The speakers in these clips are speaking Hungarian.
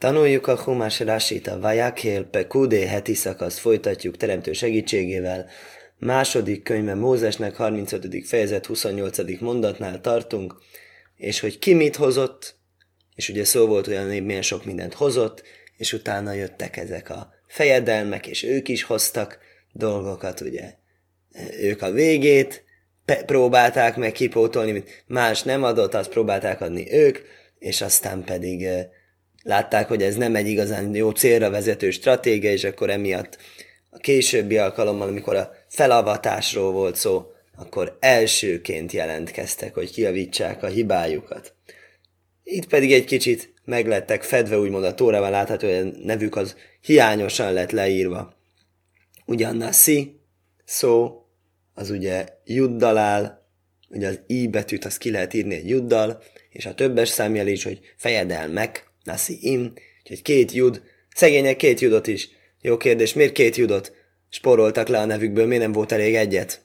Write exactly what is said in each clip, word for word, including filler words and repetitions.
Tanuljuk a Humás Rasit, a Vajakél Pekudé heti szakaszt, folytatjuk Teremtő segítségével. Második könyve Mózesnek harmincötödik fejezet huszonnyolcadik mondatnál tartunk, és hogy ki mit hozott, és ugye szó volt olyan, hogy milyen sok mindent hozott, és utána jöttek ezek a fejedelmek, és ők is hoztak dolgokat, ugye. Ők a végét pe- próbálták meg kipótolni, mint más nem adott, azt próbálták adni ők, és aztán pedig eh, látták, hogy ez nem egy igazán jó célra vezető stratégia, és akkor emiatt a későbbi alkalommal, amikor a felavatásról volt szó, akkor elsőként jelentkeztek, hogy kijavítsák a hibájukat. Itt pedig egy kicsit meglettek fedve, úgymond a Tórában látható, hogy a nevük az hiányosan lett leírva. Ugyan Nasi, szó, az ugye juddal áll, ugye az i betűt azt ki lehet írni egy juddal, és a többes számjel is, hogy fejedelmek, Nasi im, úgyhogy két jud, szegények két judot is. Jó kérdés, miért két judot spóroltak le a nevükből, miért nem volt elég egyet?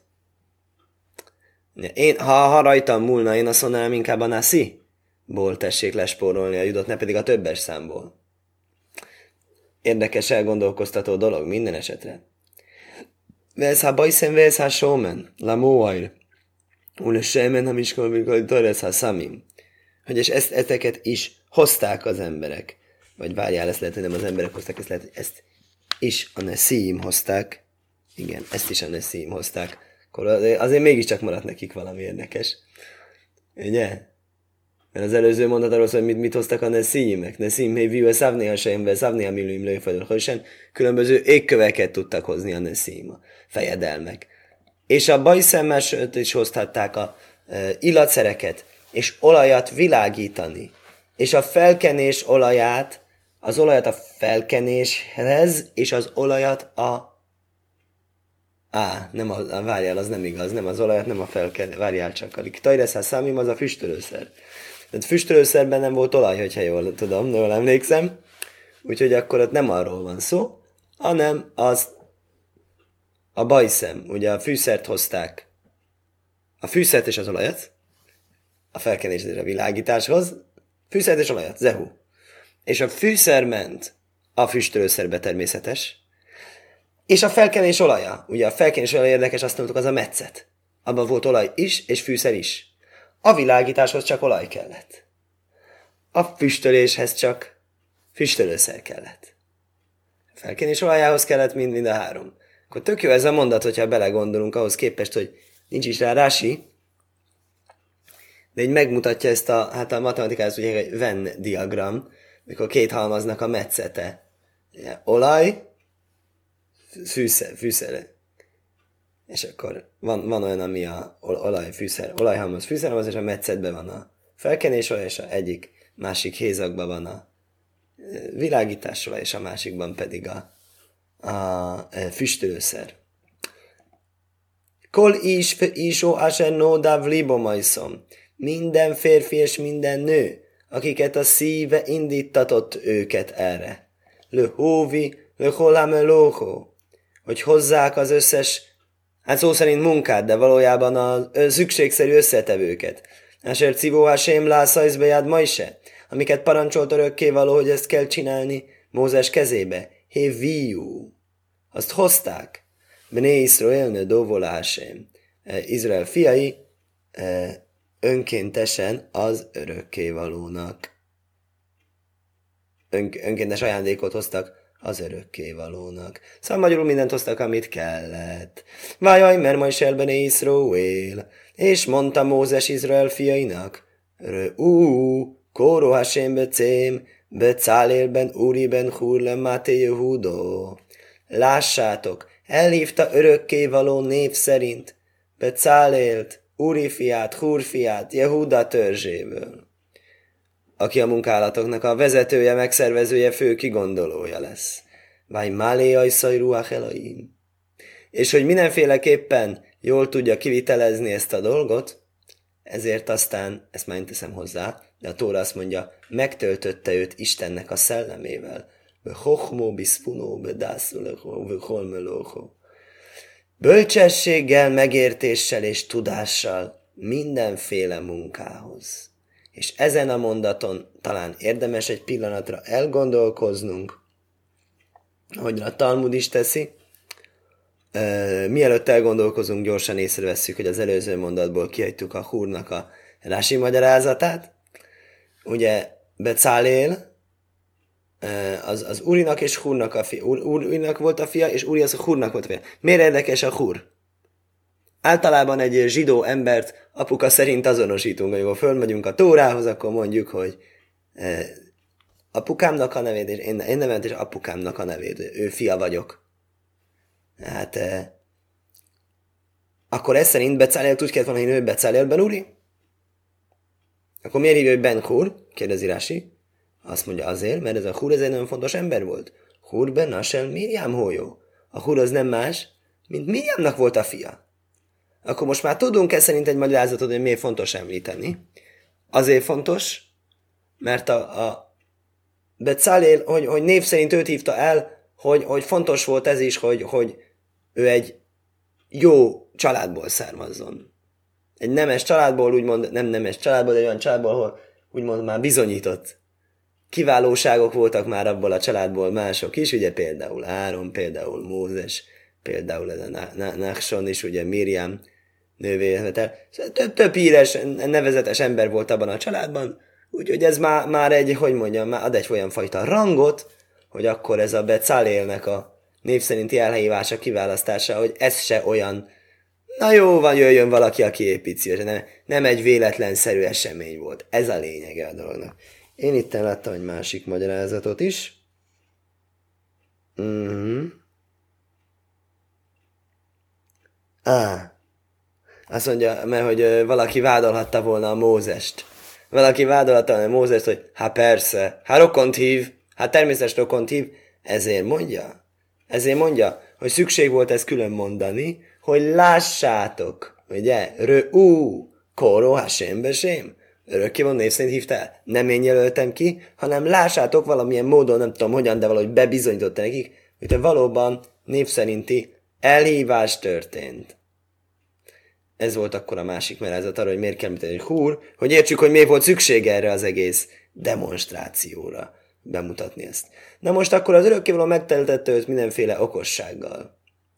Én, ha, ha rajtam múlna, én azt mondanám inkább a Nasi-ból tessék lespórolni a judot, ne pedig a többes számból. Érdekes elgondolkoztató dolog minden esetre. Vesz ha bajszen, vesz ha sómen, la móajr, ule sejmen, ha miskolvikaj, toresz ha szamim. Hogy és ezt, ezeket is hozták az emberek. Vagy várjál, ezt lehet, hogy nem az emberek hozták, ezt lehet, hogy ezt is a Neszíim hozták. Igen, ezt is a Neszíim hozták. Akkor azért mégiscsak maradt nekik valami érdekes. Ugye? Mert az előző mondat arról szól, hogy mit, mit hoztak a Neszíimek. Neszíim, hé, viu, szávni a sejemvel, szávni a millőim, lőfajról, hogy különböző égköveket tudtak hozni a Neszíim, a fejedelmek. És a bajszemmel is hoztatták a e, illatszereket, és olajat világítani. És a felkenés olaját, az olajat a felkenéshez, és az olajat a... Á, nem a, a várjál, az nem igaz, nem az olajat, nem a felkenés, várjál csak, a tajreszás számim, az a füstölőszer. Tehát füstölőszerben nem volt olaj, hogyha jól tudom, jól emlékszem, úgyhogy akkor ott nem arról van szó, hanem az a bajszem, ugye a fűszert hozták, a fűszert és az olajat, a felkenés és a világításhoz, fűszert és olajat, zehu. És a fűszer ment a füstölőszerbe természetes, és a felkenés olaja, ugye a felkenés olaja érdekes, azt mondtuk, az a metszet. Abban volt olaj is, és fűszer is. A világításhoz csak olaj kellett. A füstöléshez csak füstölőszer kellett. A felkenés olajához kellett mind, mind a három. Akkor tök jó ez a mondat, hogyha belegondolunk ahhoz képest, hogy nincs is rá rási, de így megmutatja ezt a, hát a matematikához ugye egy Venn diagram, mikor két halmaznak a metszete. Olaj, fűszer, fűszer. És akkor van, van olyan, ami a olaj, fűszer, olajhalmaz, fűszerhalmaz, és a metszetben van a felkenés olaj, és a egyik másik hézakban van a világítás olaj, és a másikban pedig a, a füstölőszer. Kol is, isó, asen nódáv libomajszom. Minden férfi és minden nő, akiket a szíve indítatott őket erre. Le hóvi, le holámelóhó. Hogy hozzák az összes, hát szó szerint munkát, de valójában a szükségszerű összetevőket. Asher civó hasém lászajzbe jád majse, amiket parancsolt örökkévaló, hogy ezt kell csinálni Mózes kezébe. Hé viú. Azt hozták. Bné Iszraelne dóvolá hasém. Izrael fiai önkéntesen az örökkévalónak. Ön, önkéntes ajándékot hoztak az örökkévalónak. Szóval magyarul mindent hoztak, amit kellett. Vájaj, mert ma is elbené Iszrael. És mondta Mózes Izrael fiainak, ú, kóró hasém becém, becálélben, úriben, hurlem, máté Jehudó. Lássátok, elhívta örökkévaló név szerint, becálélt, úri fiát, húr fiát, Jehuda törzséből, aki a munkálatoknak a vezetője, megszervezője, fő kigondolója lesz. Váj málé ajszaj ruach Elohim. És hogy mindenféleképpen jól tudja kivitelezni ezt a dolgot, ezért aztán, ezt már én teszem hozzá, de a Tóra azt mondja, megtöltötte őt Istennek a szellemével. Behochmó, biszpunó, bedászuló, beholmelóhó. Bölcsességgel, megértéssel és tudással mindenféle munkához. És ezen a mondaton talán érdemes egy pillanatra elgondolkoznunk, ahogy a Talmud is teszi. Uh, mielőtt elgondolkozunk, gyorsan észrevesszük, hogy az előző mondatból kihagytuk a húrnak a Rási magyarázatát. Ugye Becálél, uh, az, az Urinak és Húrnak a fia. Ur, Urinak volt a fia, és Uri az a Húrnak volt a fia. Miért érdekes a Húr? Általában egy zsidó embert apuka szerint azonosítunk, amikor fölmegyünk a Tórához, akkor mondjuk, hogy uh, apukámnak a nevét, és én, én nevet, és apukámnak a nevét, ő fia vagyok. Hát, eh, akkor ez szerint Becálélt úgy kellett volna, hogy ő Becálél Ben Uri? Akkor miért hívja, hogy Ben Hur? Kérdezi Rási. Azt mondja azért, mert ez a Hur ez egy nagyon fontos ember volt. Hur ben Nasel Miriam hójó. A Hur az nem más, mint Miriamnak volt a fia. Akkor most már tudunk ez szerint egy magyarázatot, hogy miért fontos említeni. Azért fontos, mert a, a Becálél, hogy, hogy név szerint őt hívta el, hogy, hogy fontos volt ez is, hogy, hogy ő egy jó családból származzon. Egy nemes családból, úgymond, nem nemes családból, de egy olyan családból, ahol úgymond már bizonyított kiválóságok voltak már abból a családból mások is, ugye például Áron, például Mózes, például ez a Nachson is, ugye Miriam nővére. Több, több híres, nevezetes ember volt abban a családban, úgyhogy ez már, már egy, hogy mondjam, már ad egy olyan fajta rangot, hogy akkor ez a Becálélnek a név szerinti elhívása, kiválasztása, hogy ez se olyan, na jó van, jöjjön valaki, aki építi, nem, nem egy véletlenszerű esemény volt. Ez a lényege a dolognak. Én itt láttam egy másik magyarázatot is. Mm-hmm. Ah. Azt mondja, mert hogy valaki vádolhatta volna a Mózest. Valaki vádolhatta volna a Mózest, hogy hát persze, hát rokont hív, hát természetes rokont hív, ezért mondja. Ezért mondja, hogy szükség volt ezt külön mondani, hogy lássátok, ugye, rö ú, kóró, hasém, besém. Örökkévaló név szerint hívta el. Nem én jelöltem ki, hanem lássátok valamilyen módon, nem tudom hogyan, de valahogy bebizonyította nekik, hogy valóban név szerinti elhívás történt. Ez volt akkor a másik merázat arra, hogy miért kell említeni, hogy húr, hogy értsük, hogy miért volt szükség erre az egész demonstrációra bemutatni ezt. Na most akkor az örökkévaló megteltette őt mindenféle okossággal.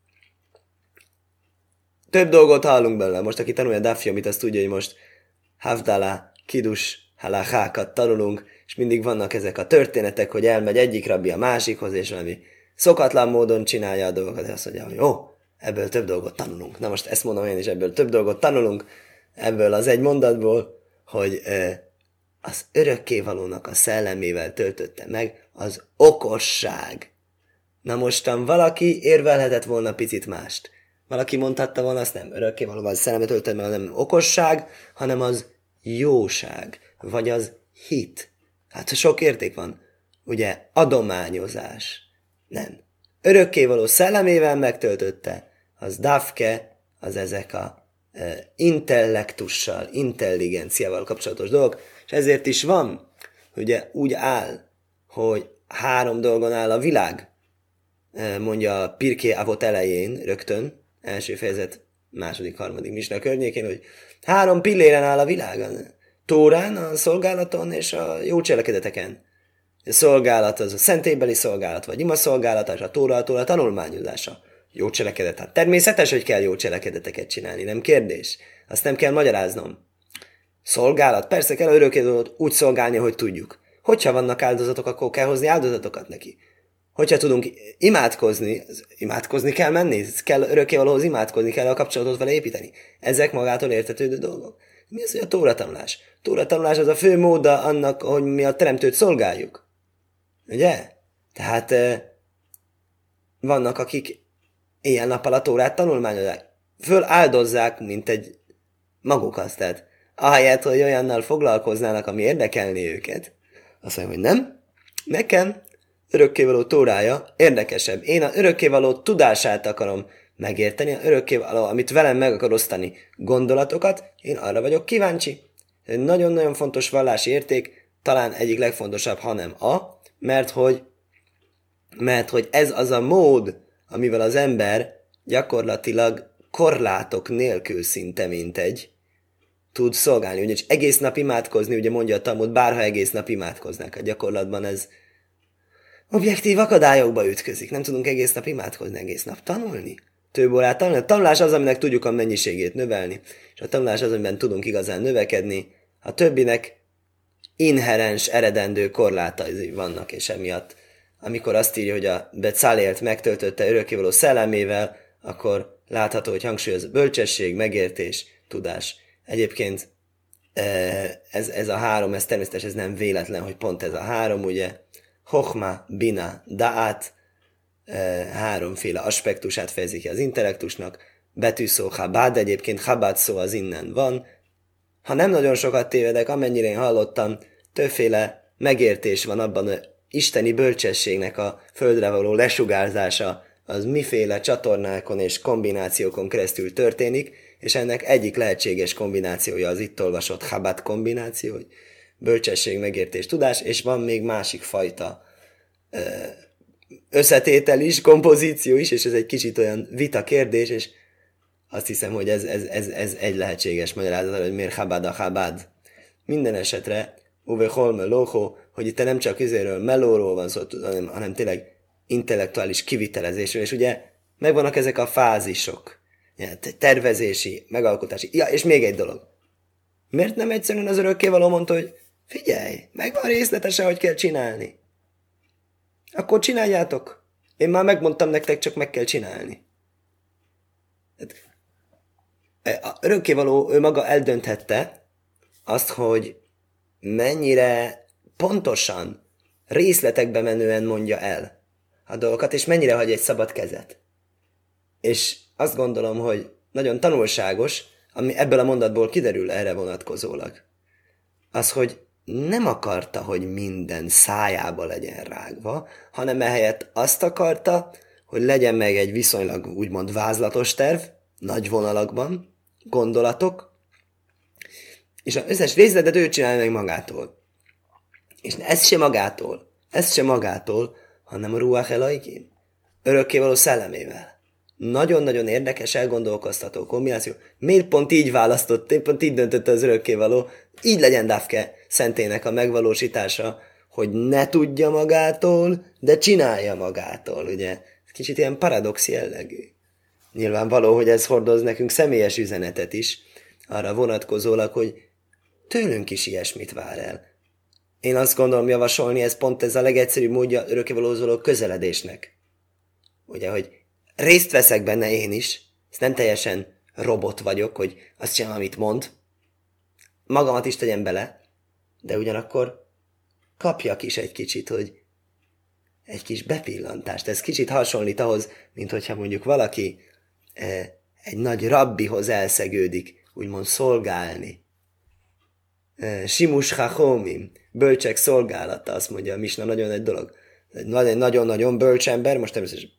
Több dolgot hallunk belőle. Most aki tanulja a Dafjomit, azt tudja, hogy most Havdala, Kidus, Halachákat tanulunk, és mindig vannak ezek a történetek, hogy elmegy egyik rabbi a másikhoz, és valami szokatlan módon csinálja a dolgokat, és azt mondja, hogy jó, ebből több dolgot tanulunk. Na most ezt mondom én is, ebből több dolgot tanulunk, ebből az egy mondatból, hogy eh, az örökkévalónak a szellemével töltötte meg az okosság. Na mostan valaki érvelhetett volna picit mást. Valaki mondhatta volna, azt nem örökkévalóval szellemet töltötte meg, nem okosság, hanem az jóság, vagy az hit. Hát sok érték van. Ugye adományozás. Nem. Örökkévaló szellemével megtöltötte, az dafke, az ezek a e, intellektussal, intelligenciával kapcsolatos dolgok, és ezért is van, ugye úgy áll, hogy három dolgon áll a világ, e, mondja a Pirkei Avot elején rögtön, első fejezet, második, harmadik misna környékén, hogy három pilléren áll a világon. Tórán, a szolgálaton és a jó cselekedeteken. A szolgálat az a szentélybeli szolgálat, vagy ima szolgálata, és a Tóra, a Tóra tanulmányozása. Jó cselekedet. Hát természetes, hogy kell jó cselekedeteket csinálni, nem kérdés. Azt nem kell magyaráznom. Szolgálat, persze kell örökkévalót úgy szolgálni, hogy tudjuk. Hogyha vannak áldozatok, akkor kell hozni áldozatokat neki. Hogyha tudunk imádkozni, imádkozni kell menni, kell örökkévalóhoz imádkozni, kell a kapcsolatot vele építeni. Ezek magától értetődő dolgok. Mi az, hogy a Tóra tanulás? Tóra tanulás az a fő móda annak, hogy mi a teremtőt szolgáljuk. Ugye? Tehát eh, vannak, akik éjjel-nappal a Tórát tanulmányozzák. Föláldozzák, mint egy magukat. Tehát ahelyett, hogy olyannal foglalkoznának, ami érdekelné őket. Azt mondja, hogy nem. Nekem örökkévaló Tórája érdekesebb. Én az örökkévaló tudását akarom megérteni, az örökkévaló, amit velem meg akar osztani gondolatokat, én arra vagyok kíváncsi. Ez egy nagyon-nagyon fontos vallási érték, talán egyik legfontosabb, hanem a, mert hogy, mert hogy ez az a mód, amivel az ember gyakorlatilag korlátok nélkül szinte mint egy tud szolgálni. Ugyanis egész nap imádkozni, ugye mondja a Talmud, bárha egész nap imádkoznak. A gyakorlatban ez objektív akadályokba ütközik. Nem tudunk egész nap imádkozni, egész nap tanulni. Több órát tanulni. A tanulás az, aminek tudjuk a mennyiségét növelni, és a tanulás az, amiben tudunk igazán növekedni. A többinek inherens, eredendő korlátai vannak, és emiatt, amikor azt írja, hogy a Becalélt megtöltötte örökkévaló szellemével, akkor látható, hogy hangsúlyoz bölcsesség, megértés, tudás. Egyébként ez, ez a három, ez természetesen ez nem véletlen, hogy pont ez a három, ugye, Hochma, Bina, Da'at, háromféle aspektusát fejezik ki az intellektusnak, betűszó Chabad, egyébként Chabad szó az innen van. Ha nem nagyon sokat tévedek, amennyire én hallottam, többféle megértés van abban, hogy isteni bölcsességnek a földre való lesugárzása az miféle csatornákon és kombinációkon keresztül történik, és ennek egyik lehetséges kombinációja az itt olvasott Chabad kombináció, hogy bölcsesség, megértés, tudás, és van még másik fajta összetétel is, kompozíció is, és ez egy kicsit olyan vita kérdés, és azt hiszem, hogy ez, ez, ez, ez egy lehetséges magyarázat, hogy miért Chabad a Chabad. Minden esetre, Uwe Holme Loho, hogy itt nem csak izéről, melóról van szó, hanem, hanem tényleg intellektuális kivitelezésről, és ugye megvannak ezek a fázisok, tervezési, megalkotási. Ja, és még egy dolog. Miért nem egyszerűen az örökkévaló mondta, hogy figyelj, megvan részletesen, hogy kell csinálni. Akkor csináljátok. Én már megmondtam nektek, csak meg kell csinálni. A örökkévaló ő maga eldönthette azt, hogy mennyire pontosan, részletekbe menően mondja el a dolgokat, és mennyire hagy egy szabad kezet. És azt gondolom, hogy nagyon tanulságos, ami ebből a mondatból kiderül erre vonatkozólag. Az, hogy nem akarta, hogy minden szájába legyen rágva, hanem ehelyett azt akarta, hogy legyen meg egy viszonylag úgymond vázlatos terv, nagy vonalakban, gondolatok, és az összes részletet ő csinálja meg magától. És ez se magától, ez se magától, hanem a Ruach Elaikim, örökkévaló szellemével. Nagyon-nagyon érdekes, elgondolkoztató kombináció. Miért pont így választott, pont így döntötte az örökkévaló, így legyen Dafke szentének a megvalósítása, hogy ne tudja magától, de csinálja magától, ugye? Kicsit ilyen paradox jellegű. Nyilvánvaló, hogy ez hordoz nekünk személyes üzenetet is, arra vonatkozólag, hogy tőlünk is ilyesmit vár el. Én azt gondolom javasolni, ez pont ez a legegyszerűbb módja örökkévalózó közeledésnek. Ugye, hogy részt veszek benne én is, ez nem teljesen robot vagyok, hogy azt csinálom, amit mond, magamat is tegyem bele, de ugyanakkor kapjak is egy kicsit, hogy egy kis bepillantást. Ez kicsit hasonlít ahhoz, mint hogyha mondjuk valaki eh, egy nagy rabbihoz elszegődik, úgymond szolgálni. Eh, Simus hachomim, bölcsek szolgálata, azt mondja a Misna, nagyon nagy dolog. Egy nagyon-nagyon bölcs ember, most természetesen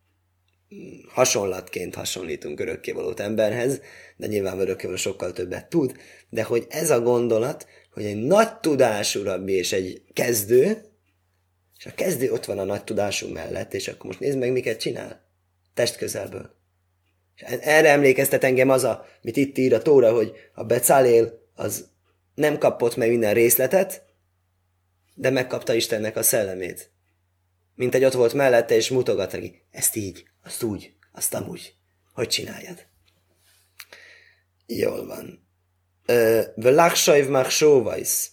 hasonlatként hasonlítunk örökkévalót emberhez, de nyilván örökkévaló sokkal többet tud, de hogy ez a gondolat, hogy egy nagy tudású rabbi és egy kezdő, és a kezdő ott van a nagy tudású mellett, és akkor most nézd meg, miket csinál. Test közelből. És erre emlékeztet engem az, a, amit itt ír a Tóra, hogy a Becalél az nem kapott meg minden részletet, de megkapta Istennek a szellemét. Mint egy ott volt mellette, és mutogat neki. Ezt így, azt úgy, azt amúgy. Hogy csináljad? Jól van. V'lachsajv machsóvajsz.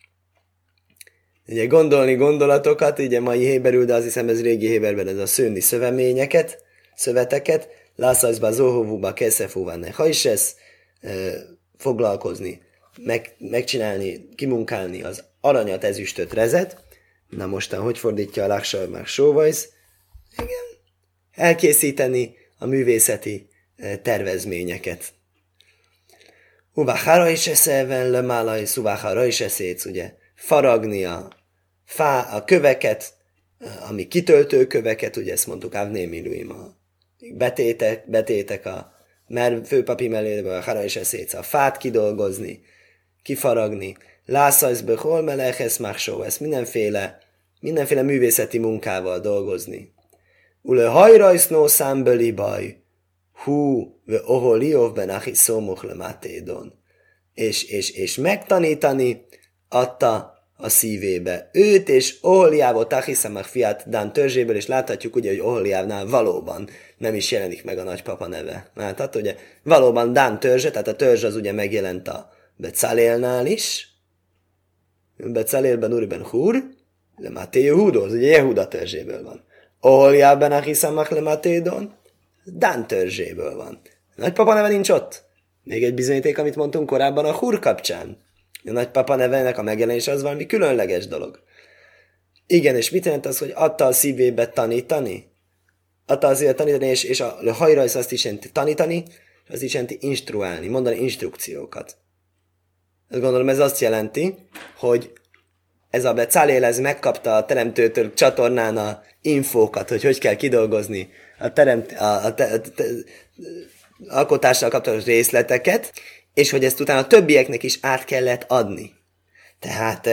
Ugye gondolni gondolatokat, ugye mai héberül, de azt hiszem ez régi héberben, ez a szőni szöveményeket, szöveteket, lászajszba, zohovúba, keszefúva, ne hajsesz, foglalkozni, meg, megcsinálni, kimunkálni az aranyat, ezüstöt, rezet. Na mostan, hogy fordítja a lachsajv machsóvajsz? Igen. Elkészíteni a művészeti tervezményeket. Uváhára is eszelven, lemálaj, szuváhára is eszétsz, ugye? Faragni a, fá, a köveket, ami kitöltő köveket, ugye ezt mondtuk, Avnémiluim, a betétek, betétek a mer, főpapi melléből, a hára is eszétsz, a fát kidolgozni, kifaragni, lászajszből, hol melechesz, máksó, ezt mindenféle, mindenféle művészeti munkával dolgozni. Ule hajrajsznó számbeli baj, hú, ve oholiov ben achi szómoch le mátédon. és, és, és megtanítani, adta a szívébe őt, és Oholiávot, Ahisamach fiát Dán törzséből, és láthatjuk ugye, hogy Oholiávnál valóban nem is jelenik meg a nagypapa neve. Hát ugye valóban Dán törzse, tehát a törzs az ugye megjelent a Becalélnál is, Becalélben Uriben Hur, le Máté Jehudó, az ugye Jehuda törzséből van. Oholiávben Ahisamach le Mátédon, Dán törzséből van. A nagypapa neve nincs ott. Még egy bizonyíték, amit mondtunk korábban a Hur kapcsán. A nagypapa nevének a megjelenése az valami különleges dolog. Igen, és mit jelent az, hogy adta a szívébe tanítani? Adta az szívébe tanítani, és, és a hajrajsz azt is jelenti tanítani, és azt is jelenti instruálni, mondani instrukciókat. Azt gondolom, ez azt jelenti, hogy ez a Becálél, ez megkapta a teremtőtől csatornán a infókat, hogy hogy kell kidolgozni a, teremt, a, a, te, a, te, a alkotással kapcsolatos részleteket, és hogy ezt utána a többieknek is át kellett adni. Tehát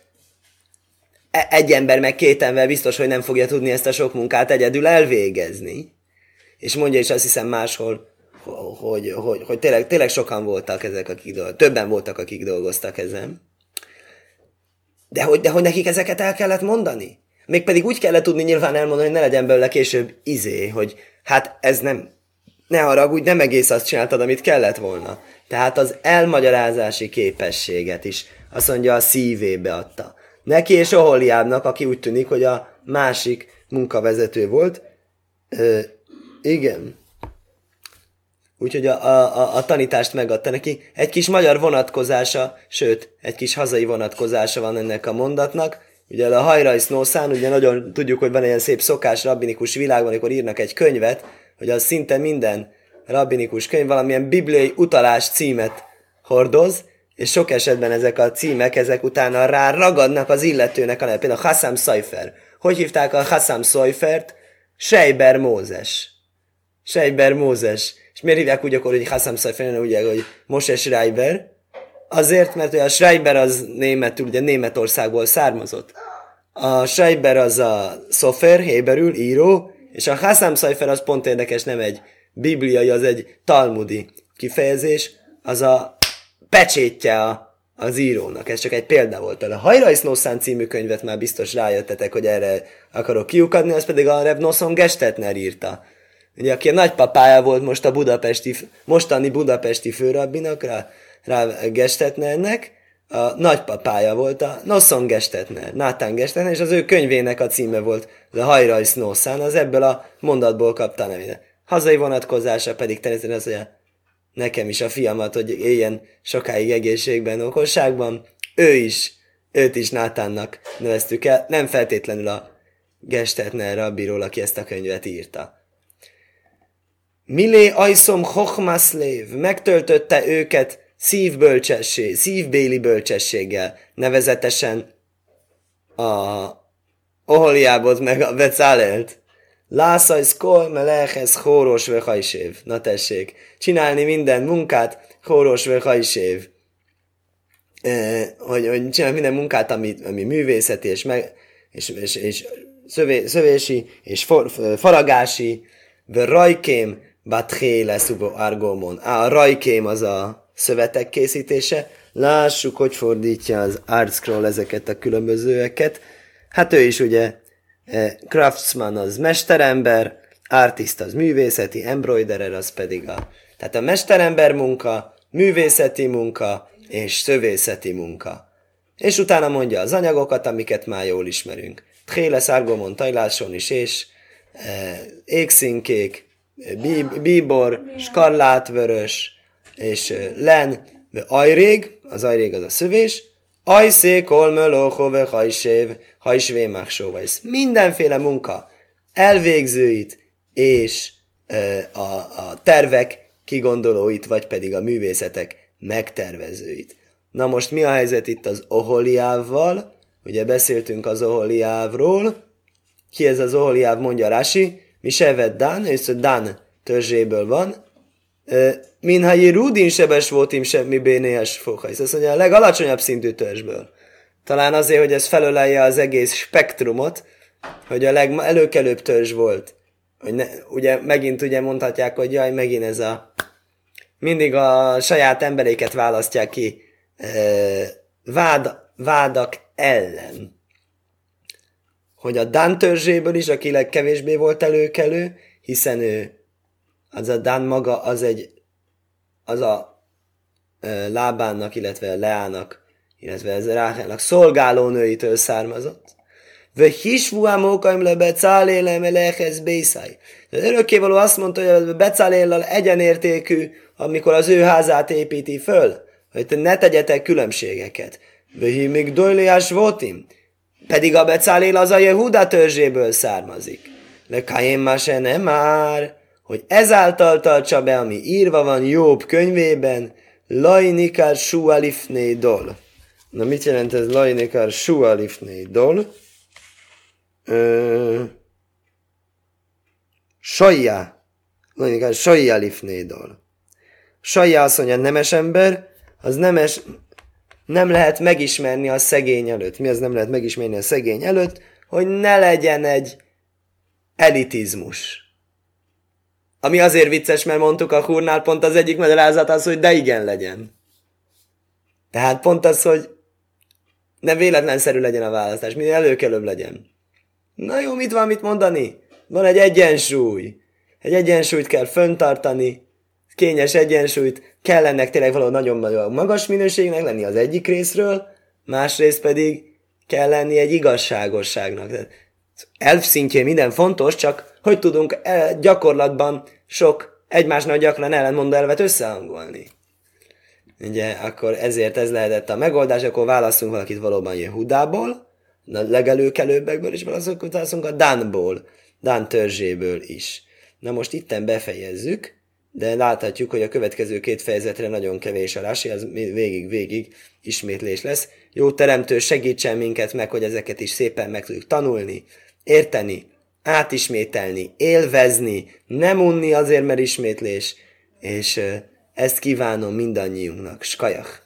egy ember meg két ember biztos, hogy nem fogja tudni ezt a sok munkát egyedül elvégezni. És mondja is azt hiszem máshol, hogy, hogy, hogy tényleg, tényleg sokan voltak ezek, akik dolgoztak, többen voltak, akik dolgoztak ezen. De hogy, de hogy nekik ezeket el kellett mondani? Mégpedig úgy kellett tudni nyilván elmondani, hogy ne legyen belőle később izé, hogy hát ez nem, ne haragudj, nem egész azt csináltad, amit kellett volna. Tehát az elmagyarázási képességet is azt mondja, a szívébe adta. Neki és Oholiábnak, aki úgy tűnik, hogy a másik munkavezető volt. Ö, igen. Úgyhogy a, a, a tanítást megadta neki. Egy kis magyar vonatkozása, sőt, egy kis hazai vonatkozása van ennek a mondatnak. Ugye a Hajrajsz Nószán, ugye nagyon tudjuk, hogy van egy ilyen szép szokás rabbinikus világban, amikor írnak egy könyvet, hogy az szinte minden rabbinikus könyv valamilyen bibliai utalás címet hordoz, és sok esetben ezek a címek, ezek utána rá ragadnak az illetőnek a neve. Például Hassam Szajfer. Hogy hívták a Hassam Szajfert? Sejber Mózes. Sejber Mózes. És miért hívják úgy akkor, hogy Hassam Szajfer, úgy, hogy Moshe Schreiber? Azért, mert a Schreiber az németül, ugye Németországból származott. A Schreiber az a szofer, héberül, író, és a Hassam Szajfer az pont érdekes, nem egy bibliai, az egy talmudi kifejezés, az a pecsétje a, az írónak. Ez csak egy példa volt. A Hajrajsz Nószán című könyvet már biztos rájöttetek, hogy erre akarok kiukadni, az pedig a Reb Nosson Gestetner írta. Ugye, aki a nagypapája volt most a budapesti, mostani budapesti főrabbinak, rá, rá Gestetnernek, a nagypapája volt a Nosson Gestetner, Nátán Gestetner, és az ő könyvének a címe volt a Hajrajsz Nószán, az ebből a mondatból kapta nevét. Hazai vonatkozása pedig természetesen az, hogy nekem is a fiamat, hogy éljen sokáig egészségben, okosságban, ő is, őt is Nátánnak neveztük el, nem feltétlenül a Gestetner rabbiról, aki ezt a könyvet írta. Milé ajszom chochmaszlév, megtöltötte őket szívbölcsesség, szívbéli bölcsességgel, nevezetesen a Oholiábot meg a Becálelt. Lászajsz kol melehez hóros ve hajsév. Na tessék, csinálni minden munkát, hóros ve hajsév. E, hogy, hogy csinálni minden munkát, ami, ami művészeti, és, meg, és, és, és szövé, szövési, és for, faragási, ve rajkém, batré leszubó argómon. Á, a rajkém az a szövetek készítése. Lássuk, hogy fordítja az ArtScroll ezeket a különbözőeket. Hát ő is ugye craftsman az mesterember, artist az művészeti, embroiderer az pedig a... Tehát a mesterember munka, művészeti munka és szövészeti munka. És utána mondja az anyagokat, amiket már jól ismerünk. Tréle, szárgomon, tajláson is, és e, égszínkék, bíbor, skarlátvörös, és e, len, ajrég, az ajrég az a szövés, ajszé, kolmölóhove, hajsév, hajsvémáksóvajsz. Mindenféle munka elvégzőit és e, a, a tervek kigondolóit, vagy pedig a művészetek megtervezőit. Na most mi a helyzet itt az Oholiávval? Ugye beszéltünk az Oholiávról. Ki ez az Oholiáv, mondja Rási? Mi sevet Dan, és Dan törzséből van. Minha Jerudin sebes voltim semmi bénéhes fokhajsz. Azt mondja, a legalacsonyabb szintű törzsből. Talán azért, hogy ez felölelje az egész spektrumot, hogy a legelőkelőbb törzs volt. Hogy ne, ugye megint ugye mondhatják, hogy jaj, megint ez a mindig a saját emberéket választják ki vád, vádak ellen. Hogy a Dán törzséből is, aki legkevésbé volt előkelő, hiszen ő, az a Dán maga, az egy, az a Lábánnak, illetve Leának, illetve ez Ráhelnak szolgálónőitől származott. Ve hisvu amókaim le becálélem elehez bészáj. Az örökkévaló azt mondta, hogy a becáléllal egyenértékű, amikor az ő házát építi föl, hogy te ne tegyetek különbségeket. Ve himig dojliás voltim. Pedig a becálél az a Jehuda törzséből származik. Le kaim mase nem már, hogy ezáltal tartsa be, ami írva van Jobb könyvében, lajnikár sualifné dol. Na mit jelent ez lajnikár sualifné dol? Sajjá. Lajnikár sajjá lifné dol. Sajjá azt mondja, nemes ember, az nemes, nem lehet megismerni a szegény előtt. Mi az nem lehet megismerni a szegény előtt? Hogy ne legyen egy elitizmus. Ami azért vicces, mert mondtuk a húrnál pont az egyik magyarázat az, hogy de igen legyen. Tehát pont az, hogy ne véletlenszerű legyen a választás, minél előkelőbb legyen. Na jó, mit van mit mondani? Van egy egyensúly. Egy egyensúlyt kell föntartani, kényes egyensúlyt, kell ennek tényleg valahol nagyon magas minőségnek lenni az egyik részről, másrészt pedig kell lenni egy igazságosságnak. Elf szintjén minden fontos, csak hogy tudunk gyakorlatban sok egymásnak gyakran ellentmondó elvet összehangolni. Ugye, akkor ezért ez lehetett a megoldás, akkor válaszunk valakit valóban Jehudából, a legelőkelőbbekből, és válaszunk a Dánból, Dán törzséből is. Na most itten befejezzük, de láthatjuk, hogy a következő két fejezetre nagyon kevés a rási, az végig-végig ismétlés lesz. Jó teremtő, segítsen minket meg, hogy ezeket is szépen meg tudjuk tanulni, érteni, átismételni, élvezni, nem unni azért, mert ismétlés, és ezt kívánom mindannyiunknak. Skajach!